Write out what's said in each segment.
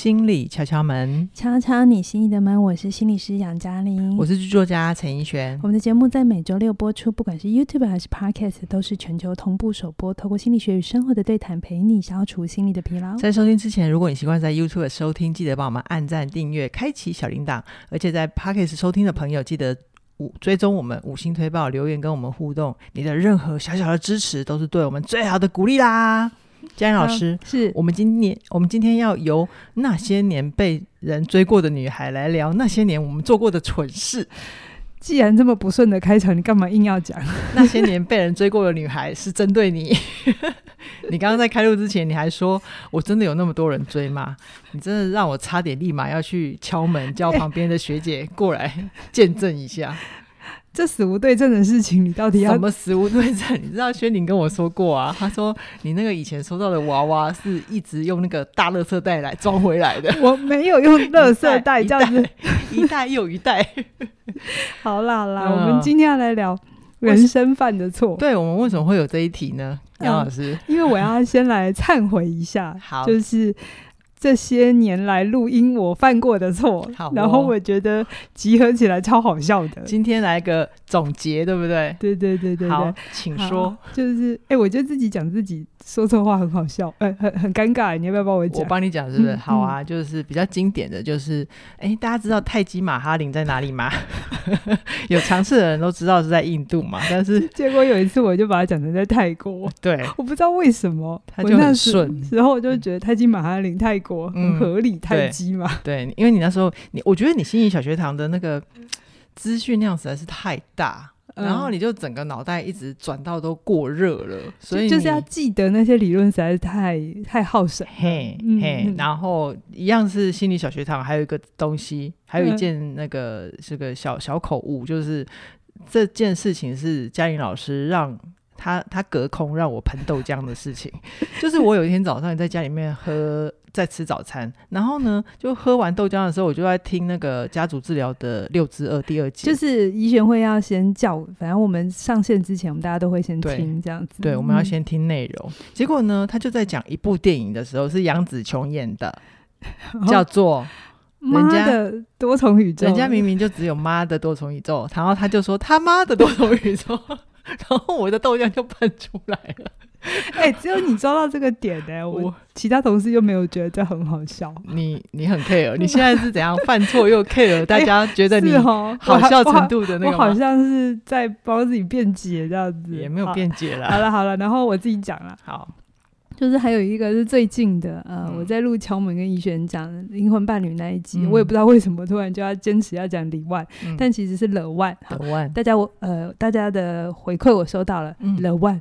心理敲敲门， 敲敲你心意的门。我是心理师杨嘉玲， 我是剧作家陈奕璇。 我们的节目在每周六播出，不管是 YouTube 还是 Podcast 都是全球同步首播，透过心理学与生活的对谈，陪你消除心理的疲劳。 在收听之前，如果你习惯在 YouTube 收听，记得帮我们按赞订阅开启小铃铛，而且在 Podcast 收听的朋友记得追踪我们5星推爆，留言跟我们互动，你的任何小小的支持都是对我们最好的鼓励啦。嘉玲老师， 是我们今天要由那些年被人追过的女孩来聊那些年我们做过的蠢事。 既然这么不顺的开场，你干嘛硬要讲？ 那些年被人追过的女孩是针对你。你刚刚在开录之前你还说我真的有那么多人追吗？你真的让我差点立马要去敲门叫旁边的学姐过来见证一下。 这死无对证的事情你到底要什么死无对证？你知道轩宁跟我说过啊，他说你那个以前收到的娃娃是一直用那个大垃圾袋来装回来的。 我没有用垃圾袋这样子一袋又一袋。 好啦好啦，我们今天要来聊人生犯的错。 对，我们为什么会有这一题呢？杨老师， 因为我要先来忏悔一下。 好， 就是这些年来录音我犯过的错，然后我觉得集合起来超好笑的。 今天来个总结，对不对？ 对对对对对， 好，请说。 就是我觉得自己讲自己说错话很好笑，很尴尬，你要不要帮我讲？ 我帮你讲是不是？好啊，就是比较经典的就是，大家知道泰姬玛哈陵在哪里吗？有尝试的人都知道是在印度嘛，但是结果有一次我就把它讲成在泰国。对，我不知道为什么， 它就很顺。 时候我就觉得泰姬玛哈陵泰国很合理，泰姬嘛。 对，因为你那时候我觉得你心理小学堂的那个资讯量实在是太大。然后你就整个脑袋一直转到都过热了，所以就是要记得那些理论实在是太耗神。 然后一样是心理小学堂，还有一个东西，还有一件那个是个小口误，就是这件事情是嘉玲老师让他隔空让我喷豆浆的事情。就是我有一天早上在家里面在吃早餐，然后呢就喝完豆浆的时候，我就在听那个家族治疗的6之2第2集， 就是医学会要先叫，反正我们上线之前我们大家都会先听这样子。 对，我们要先听内容。结果呢他就在讲一部电影的时候，是杨紫琼演的，叫做妈的多重宇宙。 人家明明就只有妈的多重宇宙，然后他就说他妈的多重宇宙。然后我的豆浆就喷出来了。 只有你抓到这个点我其他同事又没有觉得这很好笑。 你很 care， 你现在是怎样犯错又 care 大家觉得你好笑程度的那个吗？ 我好像是在帮自己辩解这样子。 也没有辩解啦。 好了，然后我自己讲了。 好， 就是还有一个是最近的我在录敲门跟怡璇讲灵魂伴侣那一集，我也不知道为什么突然就要坚持要讲李万，但其实是了万。大家的回馈我收到了，了万。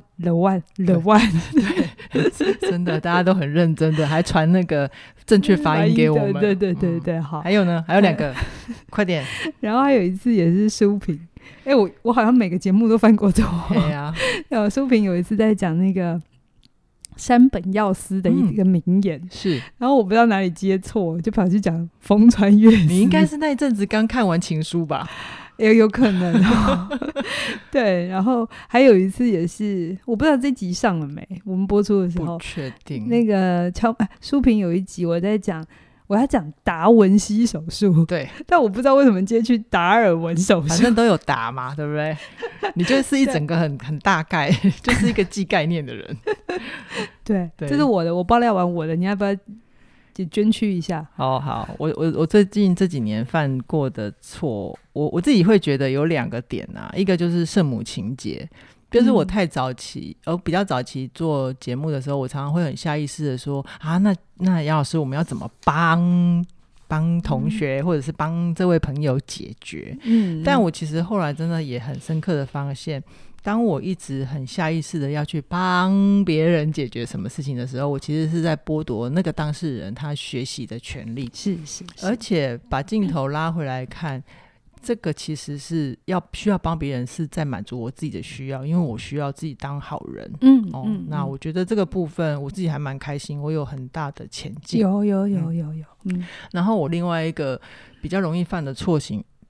对，真的大家都很认真的，还传那个正确发音给我们。 对，好。 还有呢，还有2个，快点。 然后还有一次也是书评，我好像每个节目都犯过错。 对啊， 书评有一次在讲那个山本耀司的一个名言， 是， 然后我不知道哪里接错，就跑去讲风川月司。 你应该是那一阵子刚看完情书吧？ 有可能。对，然后还有一次也是，我不知道这集上了没，我们播出的时候不确定。 那个书评有一集我要讲达文西手术， 对， 但我不知道为什么接去达尔文手术， 反正都有达嘛，对不对？你就是一整个很大概，就是一个记概念的人。 对，这是我的，我爆料完我的，你要不要捐躯一下？ 好，我最近这几年犯过的错，我自己会觉得有2个点啊，一个就是圣母情节。就是我太早期比较早期做节目的时候，我常常会很下意识的说那杨老师我们要怎么帮同学或者是帮这位朋友解决。但我其实后来真的也很深刻的发现，当我一直很下意识的要去帮别人解决什么事情的时候，我其实是在剥夺那个当事人他学习的权利。 是， 而且把镜头拉回来看，这个其实是需要帮别人，是在满足我自己的需要，因为我需要自己当好人。那我觉得这个部分我自己还蛮开心，我有很大的前进。 有。 然后我另外一个比较容易犯的错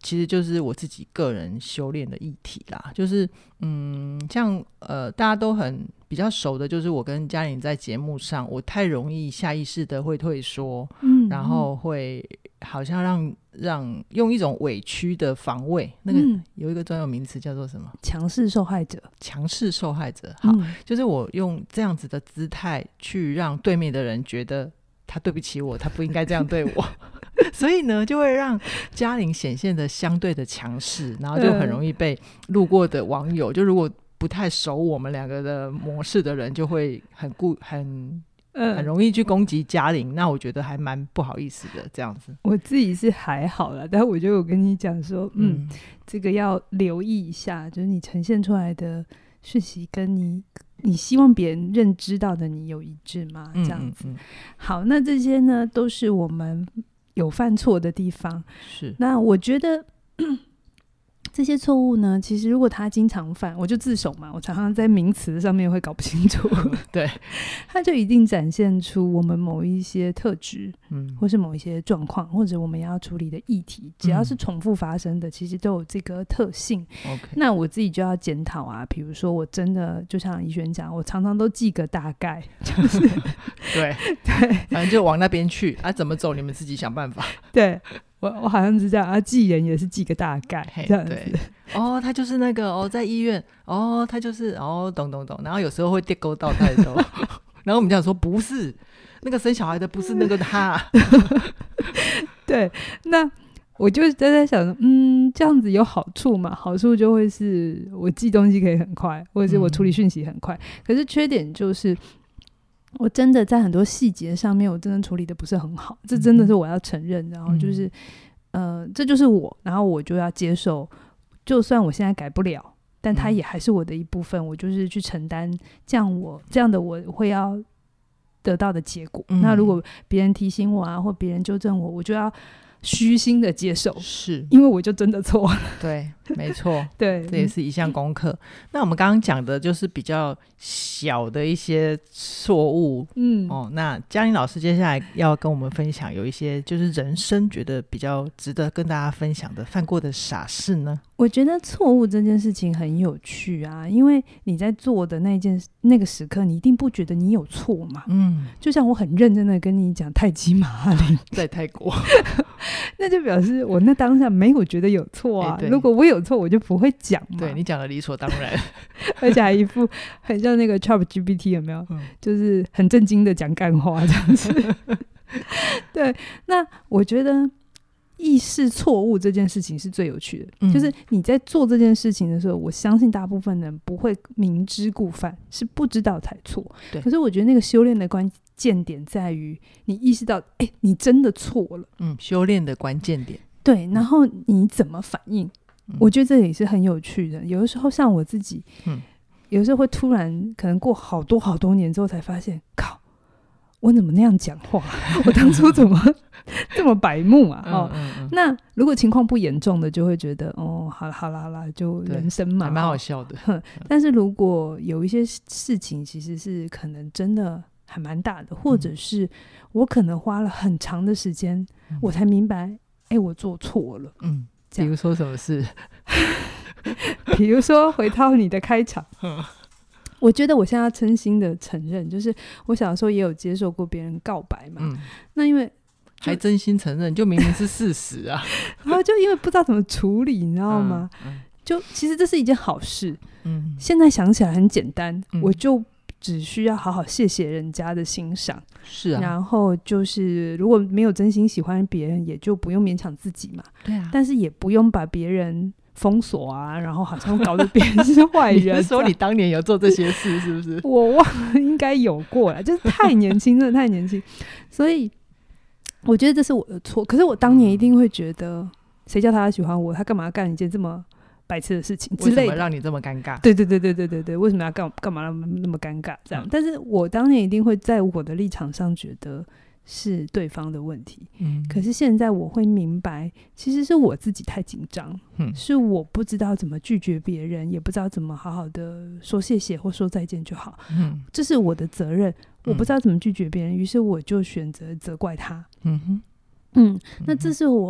其实就是我自己个人修炼的议题啦，就是像大家都很比较熟的，就是我跟嘉玲在节目上，我太容易下意识的会退缩，然后会好像让用一种委屈的防卫，那个有一个专有名词叫做什么？ 强势受害者。强势受害者，好，就是我用这样子的姿态去让对面的人觉得他对不起我，他不应该这样对我。所以呢就会让嘉玲显现的相对的强势，然后就很容易被路过的网友，就如果不太熟我们两个的模式的人，就会很容易去攻击嘉玲，那我觉得还蛮不好意思的这样子。 我自己是还好啦，但我觉得我跟你讲说这个要留意一下，就是你呈现出来的讯息跟你希望别人认知到的你有一致吗？这样子。好，那这些呢都是我们有犯错的地方。 是， 那我觉得这些错误呢，其实如果他经常犯，我就自首嘛，我常常在名词上面会搞不清楚对， 他就一定展现出我们某一些特质或是某一些状况，或者我们要处理的议题，只要是重复发生的其实都有这个特性。那我自己就要检讨啊，比如说我真的就像怡璇讲，我常常都记个大概，就是对，反正就往那边去啊，怎么走你们自己想办法。 对，我好像是这样啊，记人也是记个大概这样子。 哦，他就是那个在医院他就是懂，然后有时候会跌沟到太多然后我们讲说不是那个生小孩的，不是那个他对，那我就在想这样子有好处嘛？好处就会是我记东西可以很快，或者是我处理讯息很快，可是缺点就是我真的在很多细节上面我真的处理的不是很好，这真的是我要承认。然后就是这就是我，然后我就要接受，就算我现在改不了，但它也还是我的一部分，我就是去承担这样的我会要得到的结果。那如果别人提醒我啊，或别人纠正我，我就要虚心的接受， 是因为我就真的错了。 对，没错对， 这也是一项功课。那我们刚刚讲的就是比较小的一些错误那嘉玲老师接下来要跟我们分享有一些就是人生觉得比较值得跟大家分享的犯过的傻事呢？ 我觉得错误这件事情很有趣啊，因为你在做的那个时刻，你一定不觉得你有错嘛。就像我很认真的跟你讲泰姬玛哈陵在泰国那就表示我那当下没有觉得有错啊。如果我有错我就不会讲嘛。 对，你讲的理所当然而且还一副很像那个 ChatGPT 有没有就是很震惊的讲干话这样子对，那我觉得意识错误这件事情是最有趣的就是你在做这件事情的时候，我相信大部分人不会明知故犯，是不知道才错。可是我觉得那个修炼的关键点在于你意识到你真的错了修炼的关键点。 对，然后你怎么反应我觉得这也是很有趣的。有的时候像我自己有的时候会突然可能过好多年之后才发现，靠，我怎么那样讲话我当初怎么这么白目啊那如果情况不严重的就会觉得好啦就人生嘛， 还蛮好笑的但是如果有一些事情其实是可能真的还蛮大的，或者是我可能花了很长的时间我才明白我做错了比如说什么事比如说回到你的开场我觉得我现在要真心的承认，就是我小时候也有接受过别人告白嘛那因为还真心承认，就明明是事实啊然后就因为不知道怎么处理你知道吗就其实这是一件好事现在想起来很简单我就只需要好好谢谢人家的欣赏是啊， 然后就是如果没有真心喜欢别人也就不用勉强自己嘛对啊， 但是也不用把别人封锁啊，然后好像搞得别人是坏人你是说你当年有做这些事是不是？ 我忘了，应该有过啦，就是太年轻真的太年轻所以我觉得这是我的错。可是我当年一定会觉得谁叫他喜欢我，他干嘛要干一件这么白痴的事情之类的， 为什么让你这么尴尬？ 对，为什么要干嘛那么尴尬这样但是我当年一定会在我的立场上觉得是对方的问题可是现在我会明白其实是我自己太紧张是我不知道怎么拒绝别人，也不知道怎么好好的说谢谢或说再见就好这是我的责任我不知道怎么拒绝别人于是我就选择责怪他那这是我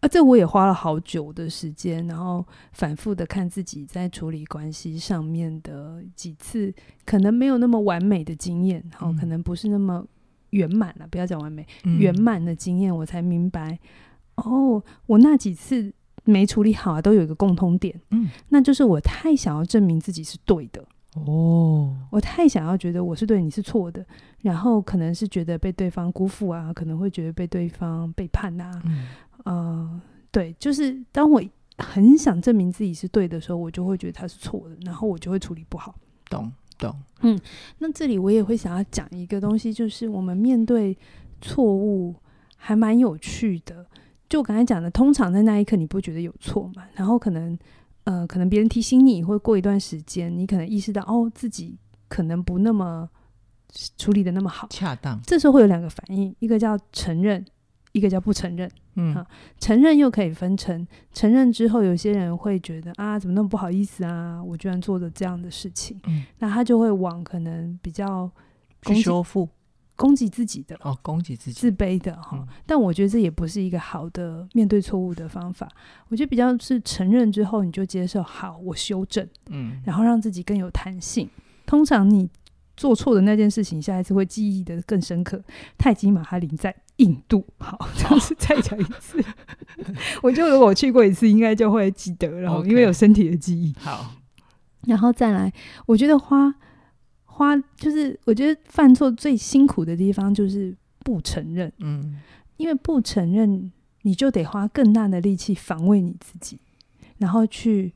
这我也花了好久的时间，然后反复的看自己在处理关系上面的几次可能没有那么完美的经验，可能不是那么圆满了，不要讲完美，圆满的经验，我才明白我那几次没处理好都有一个共通点，那就是我太想要证明自己是对的，我太想要觉得我是对你是错的，然后可能是觉得被对方辜负啊，可能会觉得被对方背叛啊，对，就是当我很想证明自己是对的时候，我就会觉得他是错的，然后我就会处理不好。 懂。 那这里我也会想要讲一个东西，就是我们面对错误还蛮有趣的。就我刚才讲的，通常在那一刻你不觉得有错嘛，然后可能别人提醒你，或过一段时间你可能意识到自己可能不那么处理的那么好， 恰当。 这时候会有两个反应，一个叫承认，一个叫不承认。承认又可以分成，承认之后有些人会觉得怎么那么不好意思啊，我居然做了这样的事情，那他就会往可能比较去修复攻击自己的攻击自己自卑的但我觉得这也不是一个好的面对错误的方法。我觉得比较是承认之后你就接受，好，我修正，然后让自己更有弹性。通常你做错的那件事情下一次会记忆的更深刻。泰姬玛哈陵在印度，好，就是再讲一次我觉得如果我去过一次应该就会记得，然后因为有身体的记忆。 好， 然后再来，我觉得花就是我觉得犯错最辛苦的地方就是不承认，因为不承认你就得花更大的力气防卫你自己，然后去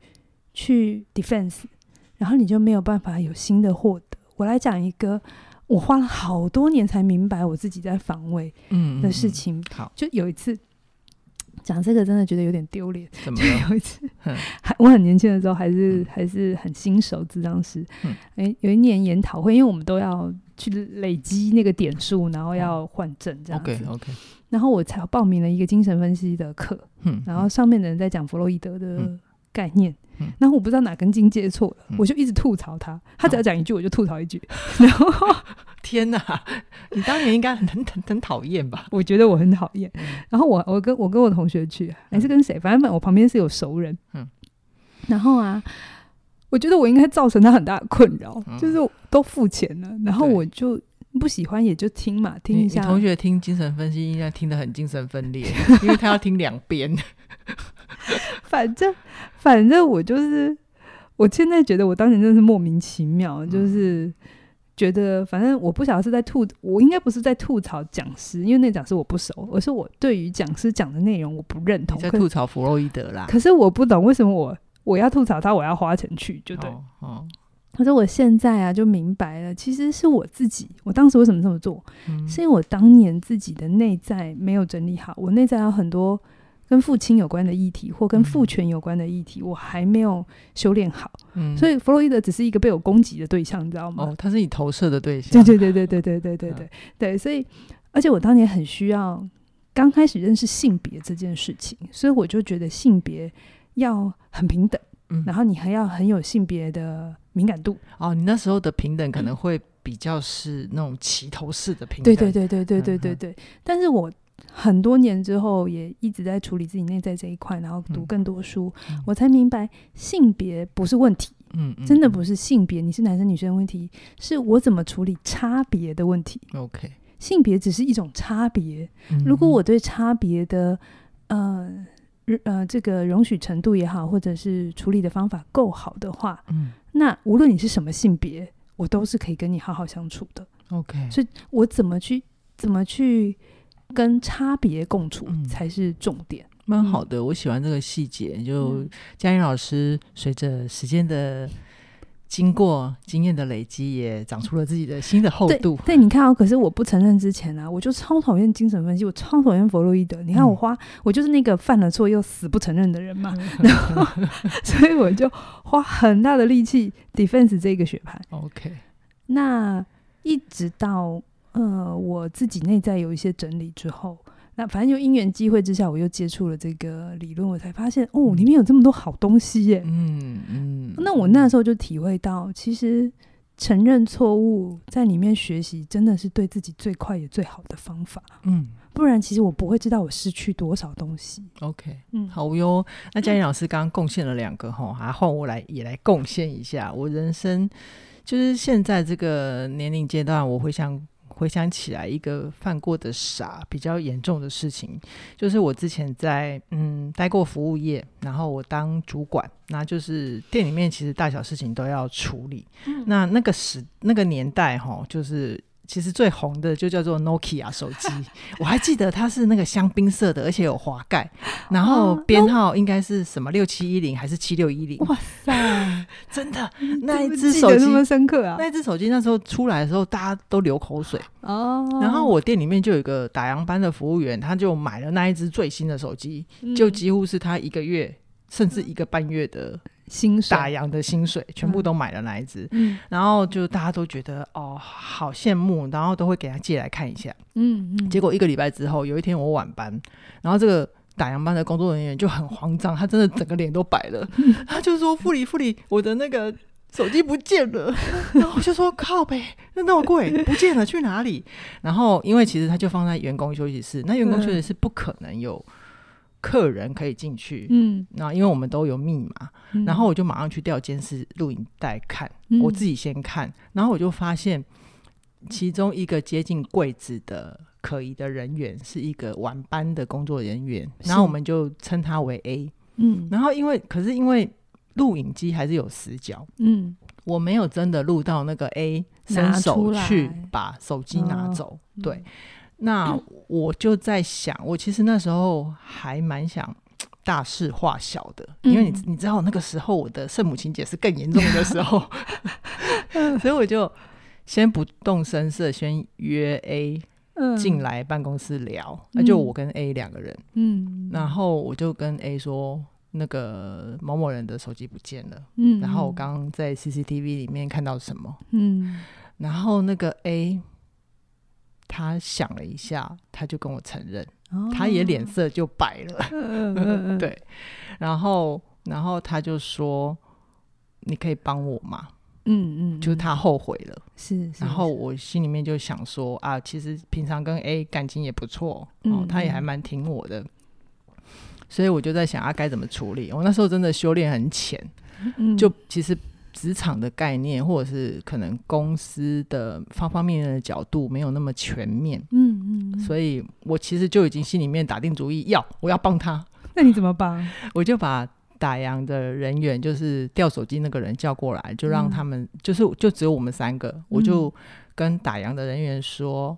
defense， 然后你就没有办法有新的获得。我来讲一个我花了好多年才明白我自己在防卫的事情。 好， 就有一次讲这个真的觉得有点丢脸。 怎么就有一次我很年轻的时候还是很新手咨商师，有一年研讨会，因为我们都要去累积那个点数，然后要换证这样子。 OK， 然后我才报名了一个精神分析的课，然后上面的人在讲弗洛伊德的概念，然后我不知道哪根筋接错了，我就一直吐槽他只要讲一句我就吐槽一句，然后天哪，你当年应该很讨厌吧？ 我觉得我很讨厌。然后我跟我同学去，还是跟谁，反正我旁边是有熟人，然后我觉得我应该造成他很大的困扰，就是都付钱了，然后我就不喜欢也就听嘛，听一下。 你同学听精神分析应该听得很精神分裂因为他要听2遍反正我就是我现在觉得我当年真的是莫名其妙，就是觉得反正我不晓得是在我应该不是在吐槽讲师，因为那讲师我不熟，而是我对于讲师讲的内容我不认同。 你在吐槽弗洛伊德啦。 可是我不懂为什么我要吐槽他，我要花钱去，就对。可是我现在就明白了，其实是我自己，我当时为什么这么做，是因为我当年自己的内在没有整理好，我内在有很多跟父亲有关的议题或跟父权有关的议题，我还没有修炼好，所以弗洛伊德只是一个被我攻击的对象，你知道吗？ 他是你投射的对象。 对，所以而且我当年很需要刚开始认识性别这件事情，所以我就觉得性别要很平等，然后你还要很有性别的敏感度。 你那时候的平等可能会比较是那种齐头式的平等。 对，但是我很多年之后也一直在处理自己内在这一块，然后读更多书，我才明白性别不是问题，真的不是性别你是男生女生的问题，是我怎么处理差别的问题。 OK， 性别只是一种差别，如果我对差别的这个容许程度也好，或者是处理的方法够好的话，那无论你是什么性别，我都是可以跟你好好相处的。 OK， 所以我怎么去跟差别共处才是重点。 蛮好的，我喜欢这个细节。就嘉玲老师随着时间的经过经验的累积，也长出了自己的新的厚度。 对，你看可是我不承认之前我就超讨厌精神分析，我超讨厌弗洛伊德。你看我就是那个犯了错又死不承认的人嘛然后所以我就花很大的力气 defense 这个学派。 OK， 那一直到我自己内在有一些整理之后，那反正就因缘机会之下我又接触了这个理论，我才发现里面有这么多好东西耶。那我那时候就体会到，其实承认错误，在里面学习，真的是对自己最快也最好的方法。不然其实我不会知道我失去多少东西。 OK， 好哟。那嘉玲老师刚刚贡献了2个然后我也来贡献一下。我人生就是现在这个年龄阶段，我回想起来一个犯过的傻比较严重的事情，就是我之前在待过服务业，然后我当主管，那就是店里面其实大小事情都要处理。那个年代就是其实最红的就叫做 Nokia 手机我还记得它是那个香槟色的，而且有滑盖，然后编号应该是什么6710还是7610。 哇塞真的那一只手机那么深刻啊！ 那一只手机那时候出来的时候大家都流口水然后我店里面就有一个打烊班的服务员，他就买了那一只最新的手机，就几乎是他1个月甚至1个半月的薪水， 打烊的薪水全部都买了那一只然后就大家都觉得好羡慕，然后都会给他借来看一下结果1个礼拜之后，有一天我晚班，然后这个打烊班的工作人员就很慌张，他真的整个脸都白了他就说副理我的那个手机不见了然后我就说靠北，那么贵不见了去哪里？然后因为其实他就放在员工休息室，那员工休息室不可能有客人可以进去然后因为我们都有密码然后我就马上去调监视录影带看我自己先看，然后我就发现其中一个接近柜子的可疑的人员是一个晚班的工作人员，然后我们就称他为 A 然后因为录影机还是有死角我没有真的录到那个 A 伸手去把手机拿走对，那我就在想，我其实那时候还蛮想大事化小的因为你知道那个时候我的圣母情节是更严重的时候所以我就先不动声色先约 A进来办公室聊那就我跟 A 2个人然后我就跟 A 说那个某某人的手机不见了然后我刚刚在 CCTV 里面看到什么然后那个 A 他想了一下，他就跟我承认他也脸色就白了对，然后他就说你可以帮我吗就是他后悔了是然后我心里面就想说其实平常跟 A 感情也不错他也还蛮挺我的所以我就在想该怎么处理。我那时候真的修炼很浅就其实职场的概念或者是可能公司的方方面面的角度没有那么全面所以我其实就已经心里面打定主意我要帮他。 那你怎么帮？ 我就把打烊的人员就是掉手机那个人叫过来，就让他们就只有我们3个我就跟打烊的人员说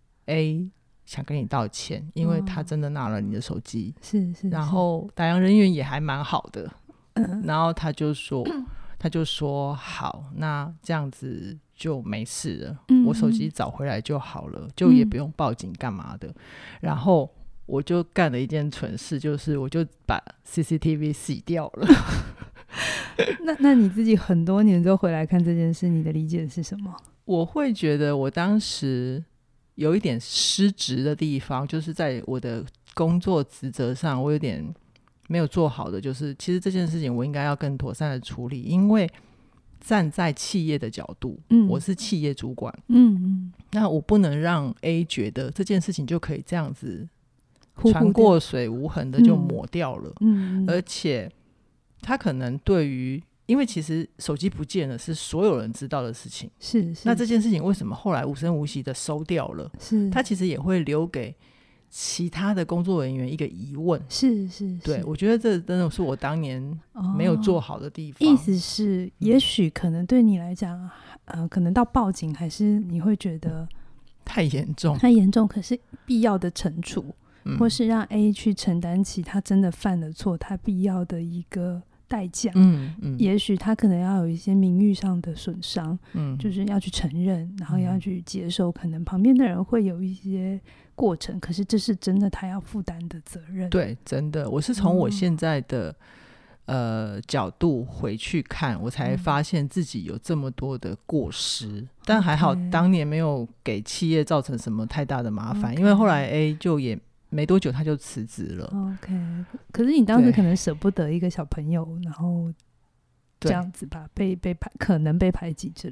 A 想跟你道歉，因为他真的拿了你的手机是然后打烊人员也还蛮好的然后他就说好，那这样子就没事了我手机找回来就好了就也不用报警干嘛的然后我就干了一件蠢事，就是我就把 CCTV 洗掉了那你自己很多年之后回来看这件事，你的理解是什么？ 我会觉得我当时有一点失职的地方，就是在我的工作职责上我有点没有做好的，就是其实这件事情我应该要更妥善的处理，因为站在企业的角度我是企业主管那我不能让 A 觉得这件事情就可以这样子船过水无痕的就抹掉了而且他可能对于因为其实手机不见了是所有人知道的事情是那这件事情为什么后来无声无息的收掉了是他其实也会留给其他的工作人员一个疑问是对，我觉得这真的是我当年没有做好的地方意思是也许可能对你来讲可能到报警还是你会觉得太严重可是必要的惩处或是让 A 去承担起他真的犯了错他必要的一个代价也许他可能要有一些名誉上的损伤就是要去承认然后要去接受可能旁边的人会有一些过程可是这是真的他要负担的责任对真的我是从我现在的角度回去看我才发现自己有这么多的过失但还好当年没有给企业造成什么太大的麻烦因为后来 A 就也没多久他就辞职了 OK 可是你当时可能舍不得一个小朋友然后这样子吧可能被排挤之类的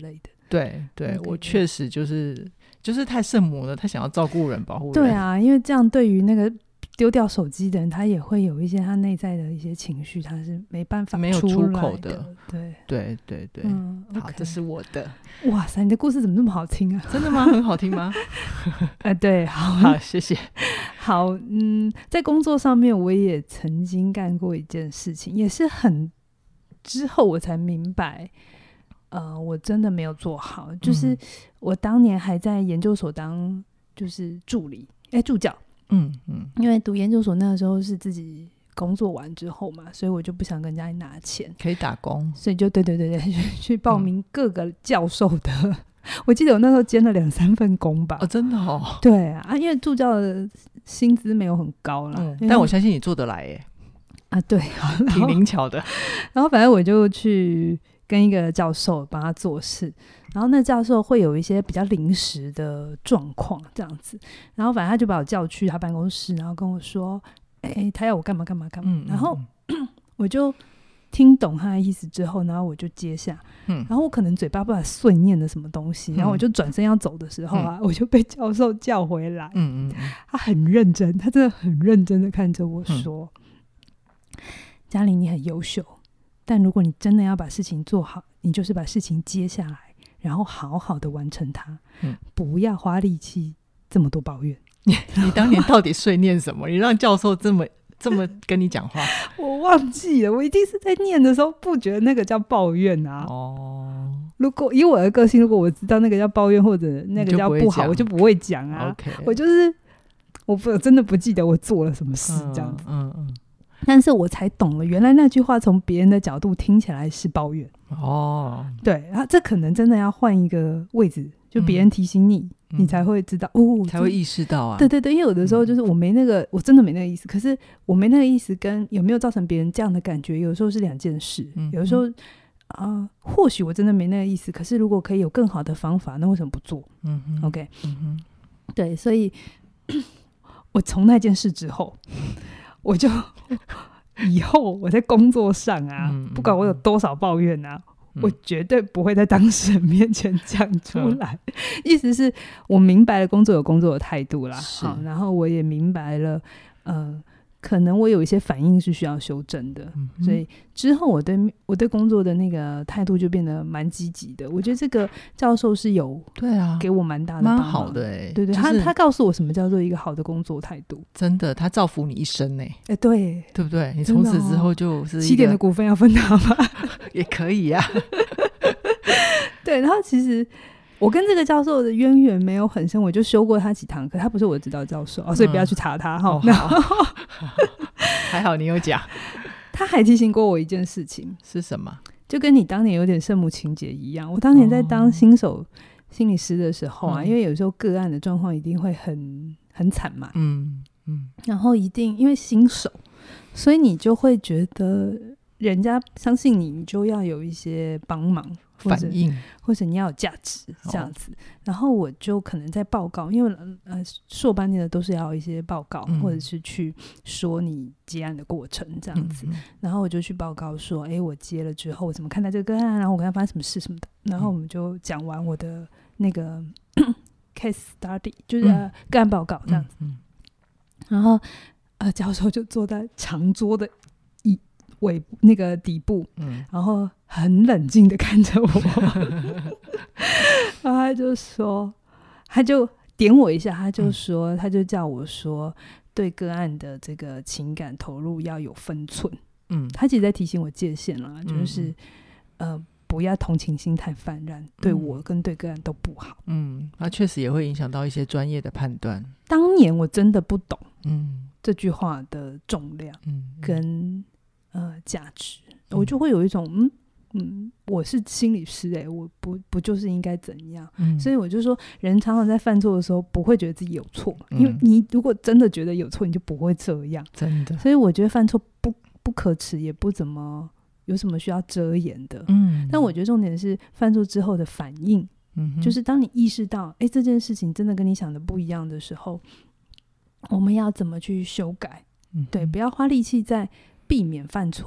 对对，我确实就是太圣母了，他想要照顾人保护人。 对啊，因为这样对于那个丢掉手机的人，他也会有一些他内在的一些情绪，他是没办法没有出口的。对对对对，好，这是我的。 哇塞，你的故事怎么那么好听啊？ 真的吗？很好听吗？ 对，好， 谢谢。 好，在工作上面我也曾经干过一件事情，也是很之后我才明白我真的没有做好，就是我当年还在研究所当就是助教，因为读研究所那个时候是自己工作完之后嘛，所以我就不想跟人家拿钱， 可以打工， 所以就对去报名各个教授的我记得我那时候兼了2-3份工吧。 真的哦。 对啊，因为助教的薪资没有很高啦， 但我相信你做得来耶。 对， 挺灵巧的。 然后反正我就去跟一个教授帮他做事，然后那教授会有一些比较临时的状况这样子，然后反正他就把我叫去他办公室，然后跟我说他要我干嘛干嘛干嘛，然后我就听懂他的意思之后，然后我就接下，然后我可能嘴巴不知道碎念了什么东西，然后我就转身要走的时候啊，我就被教授叫回来。他很认真，他真的很认真的看着我说，嘉玲你很优秀，但如果你真的要把事情做好，你就是把事情接下来，然后好好的完成它，不要花力气这么多抱怨。 你当年到底碎念什么？你让教授这么跟你讲话？ 我忘记了，我一定是在念的时候不觉得那个叫抱怨啊。如果以我的个性，如果我知道那个叫抱怨或者那个叫不好，我就不会讲啊。我就是我真的不记得我做了什么事这样子。但是我才懂了，原来那句话从别人的角度听起来是抱怨。对，然后这可能真的要换一个位置，就别人提醒你，你才会知道才会意识到啊。 对对对，因为有的时候就是我真的没那个意思，可是我没那个意思跟有没有造成别人这样的感觉，有时候是两件事。有的时候或许我真的没那个意思，可是如果可以有更好的方法，那为什么不做？OK，对，所以我从那件事之后，我就以后我在工作上啊，不管我有多少抱怨啊，我绝对不会在当事人面前讲出来。意思是我明白了工作有工作的态度啦，好，然后我也明白了可能我有一些反应是需要修正的，所以之后我对工作的那个态度就变得蛮积极的。我觉得这个教授是有给我蛮大的帮忙， 蛮好的对对，他告诉我什么叫做一个好的工作态度， 真的，他造福你一生呢。 对不对？你从此之后就是 7点的股份要分他吗？ 也可以啊。 对，然后其实我跟这个教授的渊源没有很深，我就修过他几堂课，他不是我的指导教授所以不要去查他还好你有讲。 他还提醒过我一件事情， 是什么？ 就跟你当年有点圣母情节一样。我当年在当新手心理师的时候因为有时候个案的状况一定会很惨嘛，然后一定因为新手，所以你就会觉得人家相信你，你就要有一些帮忙反应， 或者你要有价值这样子。然后我就可能在报告，因为硕班念的都是要有一些报告，或者是去说你接案的过程这样子。然后我就去报告说我接了之后我怎么看待这个个案，然后我跟他发生什么事什么的。然后我们就讲完我的那个case study， 就是个案报告这样子。然后教授就坐在长桌的那个底部，然后很冷静的看着我然后他就说，他就点我一下，他就叫我说对个案的这个情感投入要有分寸。他其实在提醒我界限啦，就是不要同情心太泛滥，对我跟对个案都不好。 那确实也会影响到一些专业的判断。 当年我真的不懂这句话的重量跟价值，我就会有一种我是心理师我不就是应该怎样？所以我就说，人常常在犯错的时候不会觉得自己有错，因为你如果真的觉得有错，你就不会这样， 真的。 所以我觉得犯错不可耻，也不怎么有什么需要遮掩的。但我觉得重点是犯错之后的反应，就是当你意识到这件事情真的跟你想的不一样的时候，我们要怎么去修改？对，不要花力气在避免犯错，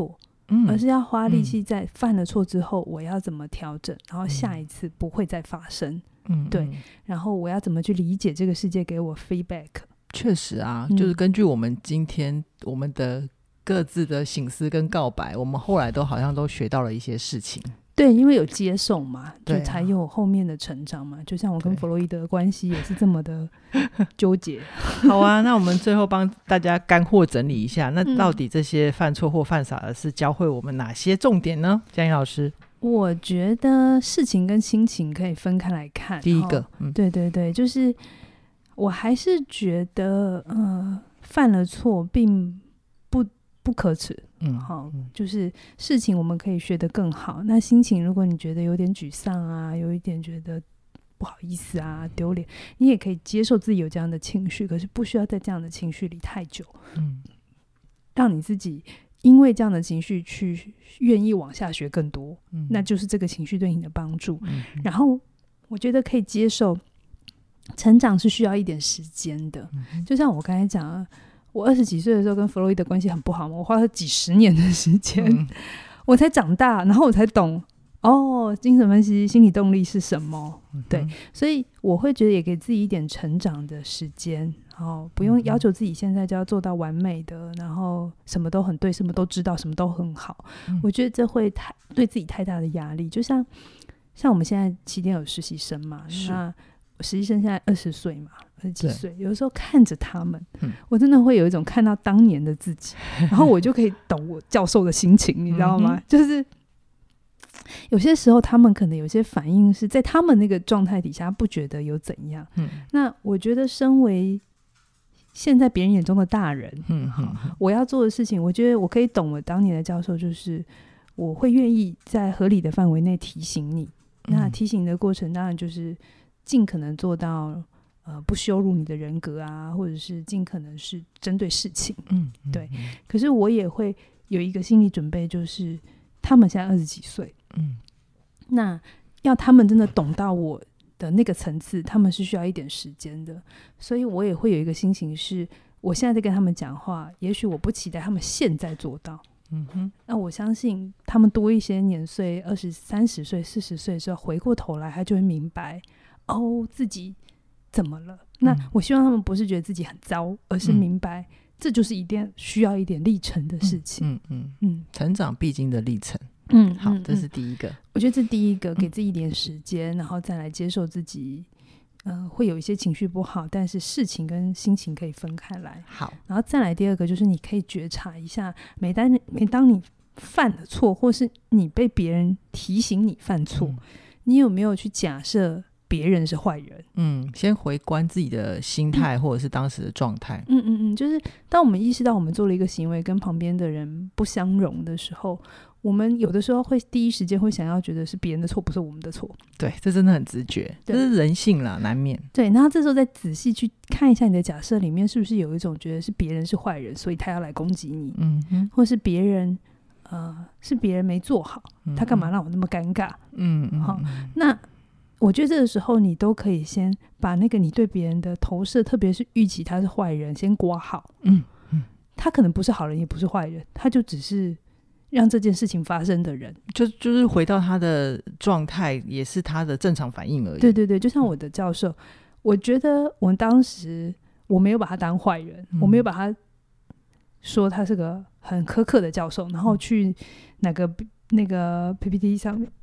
而是要花力气在犯了错之后我要怎么调整，然后下一次不会再发生。对，然后我要怎么去理解这个世界给我 feedback。 确实啊，就是根据我们今天我们的各自的省思跟告白，我们后来都好像都学到了一些事情。 对，因为有接受嘛，就才有后面的成长嘛。就像我跟弗洛伊德的关系也是这么的纠结。 好啊，那我们最后帮大家干货整理一下，那到底这些犯错或犯傻的事教会我们哪些重点呢？嘉颖老师。 我觉得事情跟心情可以分开来看。 第一个， 对对对，就是我还是觉得犯了错并不可耻。就是事情我们可以学得更好。那心情如果你觉得有点沮丧啊，有一点觉得不好意思啊，丢脸，你也可以接受自己有这样的情绪，可是不需要在这样的情绪里太久。让你自己因为这样的情绪去愿意往下学更多，那就是这个情绪对你的帮助。然后我觉得可以接受成长是需要一点时间的。就像我刚才讲，我20几岁的时候跟弗洛伊德关系很不好嘛，我花了几10年的时间，我才长大，然后我才懂精神分析心理动力是什么。对，所以我会觉得也给自己一点成长的时间，不用要求自己现在就要做到完美的，然后什么都很对，什么都知道，什么都很好。我觉得这会对自己太大的压力。就像我们现在7点有实习生嘛，那实习生现在20岁嘛，20几岁，有的时候看着他们，我真的会有一种看到当年的自己，然后我就可以懂我教授的心情，你知道吗？就是有些时候他们可能有些反应是在他们那个状态底下不觉得有怎样。那我觉得身为现在别人眼中的大人，我要做的事情，我觉得我可以懂我当年的教授，就是我会愿意在合理的范围内提醒你。那提醒的过程当然就是尽可能做到不羞辱你的人格啊，或者是尽可能是针对事情。对。可是我也会有一个心理准备，就是他们现在20几岁，那要他们真的懂到我的那个层次，他们是需要一点时间的。所以我也会有一个心情是，我现在在跟他们讲话，也许我不期待他们现在做到。那我相信他们多一些年岁，20、30岁、40岁的时候，回过头来他就会明白自己怎么了。那我希望他们不是觉得自己很糟，而是明白这就是需要一点历程的事情。 成长必经的历程。好，这是第一个。我觉得这第一个，给自己一点时间，然后再来接受自己会有一些情绪不好，但是事情跟心情可以分开来。 好， 然后再来第二个，就是你可以觉察一下，每当你犯了错，或是你被别人提醒你犯错，你有没有去假设别人是坏人？ 先回观自己的心态，或者是当时的状态。 就是当我们意识到我们做了一个行为跟旁边的人不相容的时候，我们有的时候会第一时间会想要觉得是别人的错，不是我们的错。 对，这真的很直觉，这是人性啦，难免。 对，然后这时候再仔细去看一下你的假设里面，是不是有一种觉得是别人是坏人，所以他要来攻击你，或是别人没做好，他干嘛让我那么尴尬？那我觉得这个时候你都可以先把那个你对别人的投射，特别是预期他是坏人，先括好。他可能不是好人，也不是坏人，他就只是让这件事情发生的人， 就是回到他的状态，也是他的正常反应而已。 对对对，就像我的教授，我觉得我当时我没有把他当坏人，我没有把他说他是个很苛刻的教授，然后去那个 PPT 上面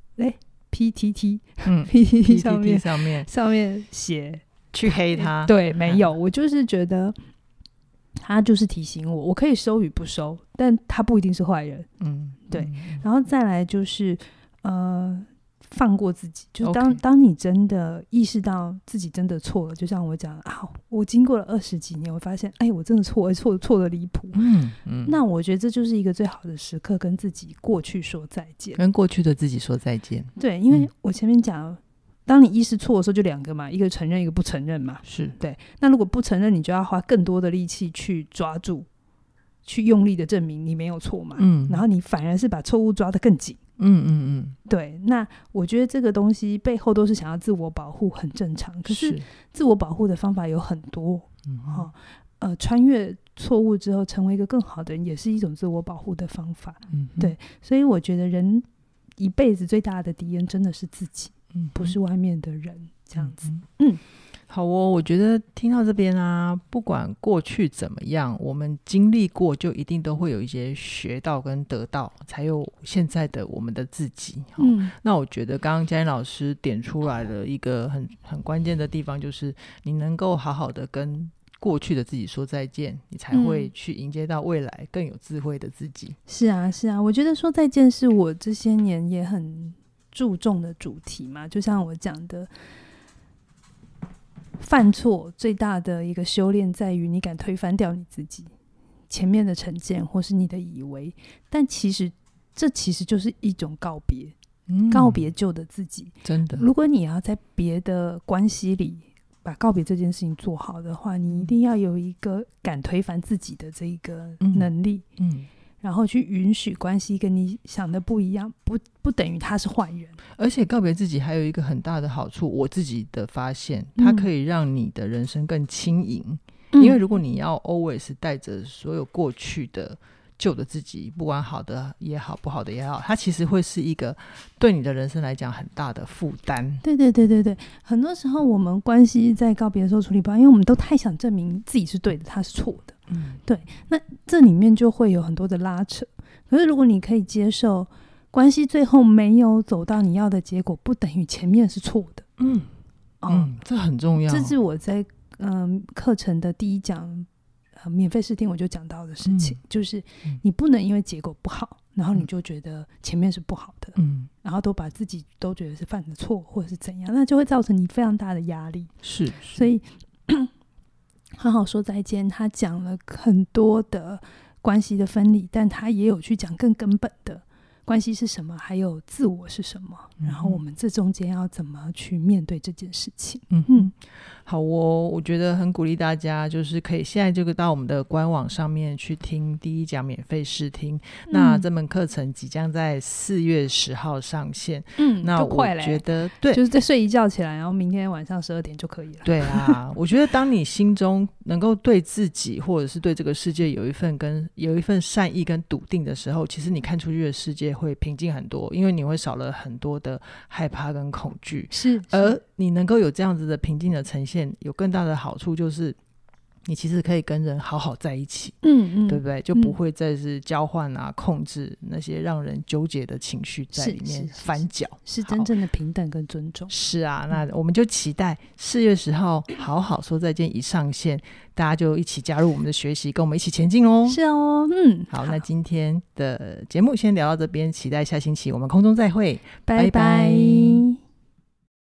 PTT上面写去黑他。 对，没有，我就是觉得他就是提醒我可以收与不收，但他不一定是坏人。对。然后再来就是放过自己，就是当你真的意识到自己真的错了，就像我讲我经过了20几年，我发现我真的错的离谱。那我觉得这就是一个最好的时刻，跟自己过去说再见， 跟过去的自己说再见。 对，因为我前面讲当你意识错的时候就2个嘛，一个承认，一个不承认嘛。 是， 对。那如果不承认，你就要花更多的力气去抓住，去用力的证明你没有错嘛。然后你反而是把错误抓得更紧。对。那我觉得这个东西背后都是想要自我保护，很正常。可是自我保护的方法有很多。穿越错误之后成为一个更好的人，也是一种自我保护的方法。对，所以我觉得人一辈子最大的敌人真的是自己，不是外面的人，这样子。 好哦，我觉得听到这边啊，不管过去怎么样，我们经历过就一定都会有一些学到跟得到，才有现在的我们的自己。那我觉得刚刚嘉玲老师点出来了一个很关键的地方，就是你能够好好的跟过去的自己说再见，你才会去迎接到未来更有智慧的自己。 是啊是啊，我觉得说再见是我这些年也很注重的主题嘛，就像我讲的，犯错最大的一个修炼在于你敢推翻掉你自己前面的成见或是你的以为，但这其实就是一种告别，告别旧的自己。 真的， 如果你要在别的关系里把告别这件事情做好的话，你一定要有一个敢推翻自己的这个能力，然后去允许关系跟你想的不一样，不等于他是坏人。 而且告别自己还有一个很大的好处，我自己的发现，它可以让你的人生更轻盈。因为如果你要 always 带着所有过去的旧的自己，不管好的也好不好的也好，它其实会是一个对你的人生来讲很大的负担。 对对对对对，很多时候我们关系在告别的时候处理不好，因为我们都太想证明自己是对的，他是错的。对，那这里面就会有很多的拉扯。可是如果你可以接受关系最后没有走到你要的结果，不等于前面是错的。 这很重要。 这是我在课程的第一讲免费试听我就讲到的事情，就是你不能因为结果不好，然后你就觉得前面是不好的，然后都把自己都觉得是犯的错或者是怎样，那就会造成你非常大的压力。 是所以好好说再见，他讲了很多的关系的分离，但他也有去讲更根本的关系是什么，还有自我是什么，然后我们这中间要怎么去面对这件事情。 好哦，我觉得很鼓励大家，就是可以现在就到我们的官网上面去听第一讲免费试听。那这门课程即将在4月10号上线。那我觉得对， 就是再睡一觉起来，然后明天晚上12点就可以了。 对啊，我觉得当你心中能够对自己或者是对这个世界有一份善意跟笃定的时候，其实你看出去的世界会平静很多，因为你会少了很多的害怕跟恐惧。 是， 而你能够有这样子的平静的呈现，有更大的好处就是你其实可以跟人好好在一起，对不对？就不会再是交换啊、控制那些让人纠结的情绪在里面翻搅， 是真正的平等跟尊重。 是啊，那我们就期待4月10号好好说再见一上线，大家就一起加入我们的学习，跟我们一起前进哦。 是哦， 好，那今天的节目先聊到这边，期待下星期我们空中再会， 拜拜。